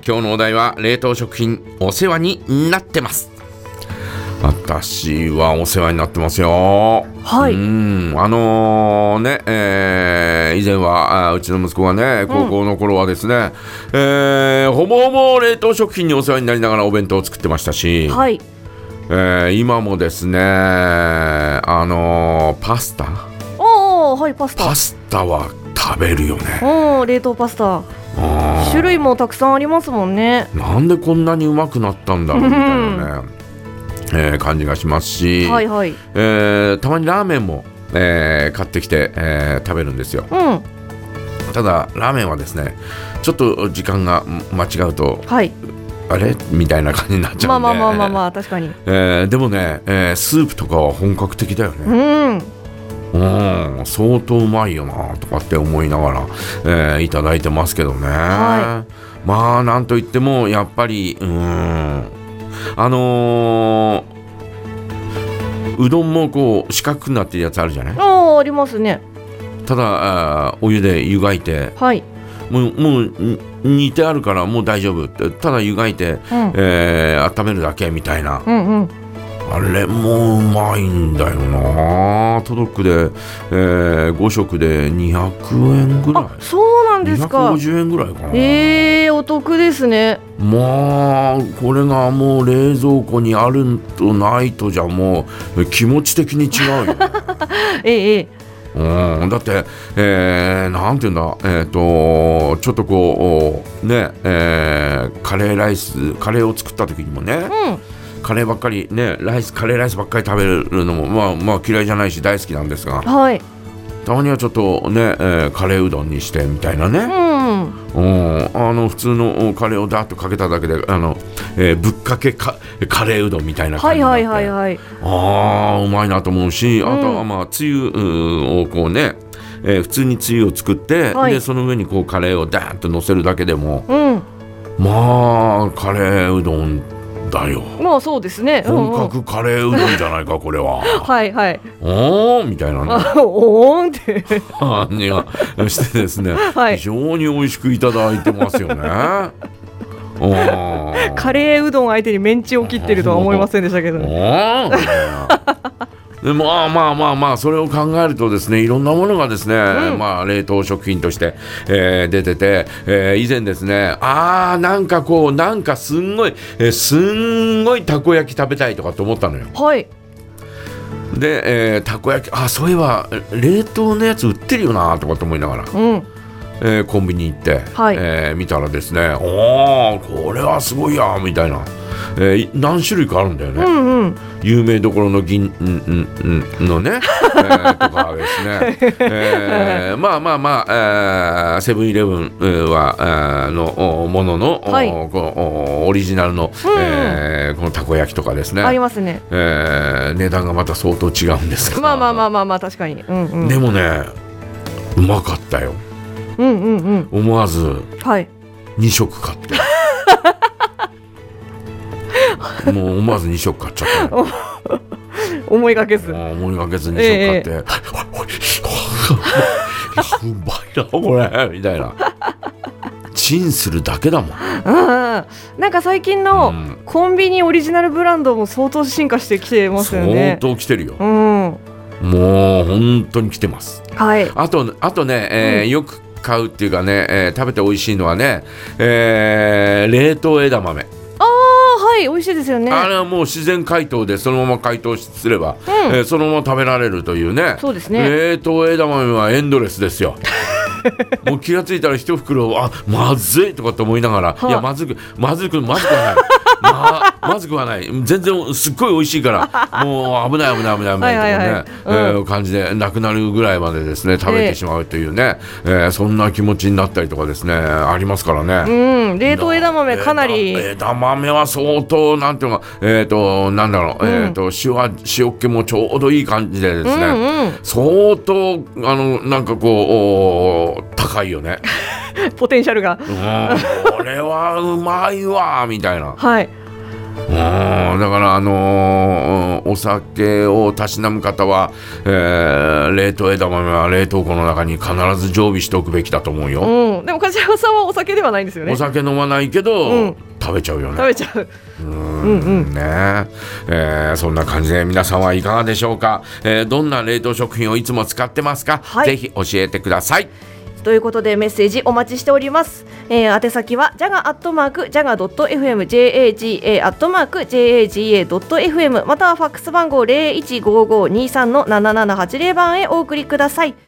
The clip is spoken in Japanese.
今日のお題は冷凍食品お世話になってます。私はお世話になってますよ。 はい。 以前はうちの息子がね高校の頃はですね、ほぼほぼ冷凍食品にお世話になりながらお弁当を作ってましたし、 はい。 今もですねパスタはい、パスタ。 パスタは食べるよね。 冷凍パスタ。種類もたくさんありますもんね。 なんでこんなにうまくなったんだろうみたいなね、感じがしますし、 はいはい。 たまにラーメンも、買ってきて、食べるんですよ。ただラーメンはですねちょっと時間が間違うと、 はい、 あれみたいな感じになっちゃうんで、 まあ確かに、 でもね、スープとかは本格的だよね。相当うまいよなとかって思いながら、いただいてますけどね。まあなんといってもやっぱりうどんもこう四角くなってるやつあるじゃない。 ありますね。 ただお湯で湯がいて、 はい、 もう煮てあるからもう大丈夫って、ただ湯がいて、温めるだけみたいな、あれもうまいんだよな。トドックで、5食で200円ぐらい。 そうなんですか。 250円ぐらいかな。 お得ですね。 まあこれがもう冷蔵庫にあるとないとじゃもう気持ち的に違うよね。だって、なんていうんだ、ちょっとこうね、カレーを作った時にもね、カレーばっかりね、カレーライスばっかり食べるのもまあ嫌いじゃないし大好きなんですが、 はい、 たまにはちょっとね、カレーうどんにしてみたいなね、普通のカレーをダーッとかけただけでぶっかけカレーうどんみたいな感じになって、うまいなと思うし、あとはまあつゆをこうね、普通につゆを作って、でその上にこうカレーをダーッと乗せるだけでも、まあカレーうどんだよ。 まあそうですね。 本格カレーうどんじゃないかこれは。 はいはい。 みたいなね。 って感じがしてですね、非常に美味しくいただいてますよね。 カレーうどん相手にメンチを切ってるとは思いませんでしたけどね。 でまあそれを考えるとですね、いろんなものがですね、冷凍食品として、出てて、以前ですね、なんかすんごいたこ焼き食べたいとかって思ったのよ。で、たこ焼きそういえば冷凍のやつ売ってるよなとかって思いながら、コンビニ行って、見たらですね、これはすごいやみたいな、何種類かあるんだよね。有名どころの銀のね、とかですね、セブンイレブンはのものの、オリジナルの、このたこ焼きとかですね、 ありますね。 値段がまた相当違うんですが、 まあ確かに、 でもねうまかったよ。思わず2食買ってもう思わず2食買っちゃったよ。 思いがけず 2食買って、うまいなこれみたいな。チンするだけだもん。 なんか最近のコンビニオリジナルブランドも相当進化してきてますよね。 相当来てるよ。もう本当に来てます。あとね、よく買うっていうかね、食べて美味しいのはね、冷凍枝豆。 美味しいですよね。 あれはもう自然解凍でそのまま解凍すれば、そのまま食べられるというね。 そうですね。 冷凍枝豆はエンドレスですよ。もう気がついたら一袋まずいとかって思いながら、いやまずくはないまずくはない全然すっごい美味しいからもう危ないとかね、感じでなくなるぐらいまでですね食べてしまうというね、そんな気持ちになったりとかですねありますからね。 冷凍枝豆かなり枝豆は相当なんていうのかなんだろう、塩っ気もちょうどいい感じでですね、相当なんかこう高いよね。 ポテンシャルがこれはうまいわみたいな。 だからお酒をたしなむ方は、冷凍枝豆は冷凍庫の中に必ず常備しておくべきだと思うよ、 でも梶山さんはお酒ではないんですよね。 お酒飲まないけど、食べちゃうよね。 食べちゃう。 ね、そんな感じで皆さんはいかがでしょうか。どんな冷凍食品をいつも使ってますか、ぜひ教えてください。 ということでメッセージお待ちしております。宛先は jaga@jaga.fm jaga@jaga.fm またはファックス番号015523-7780番へお送りください。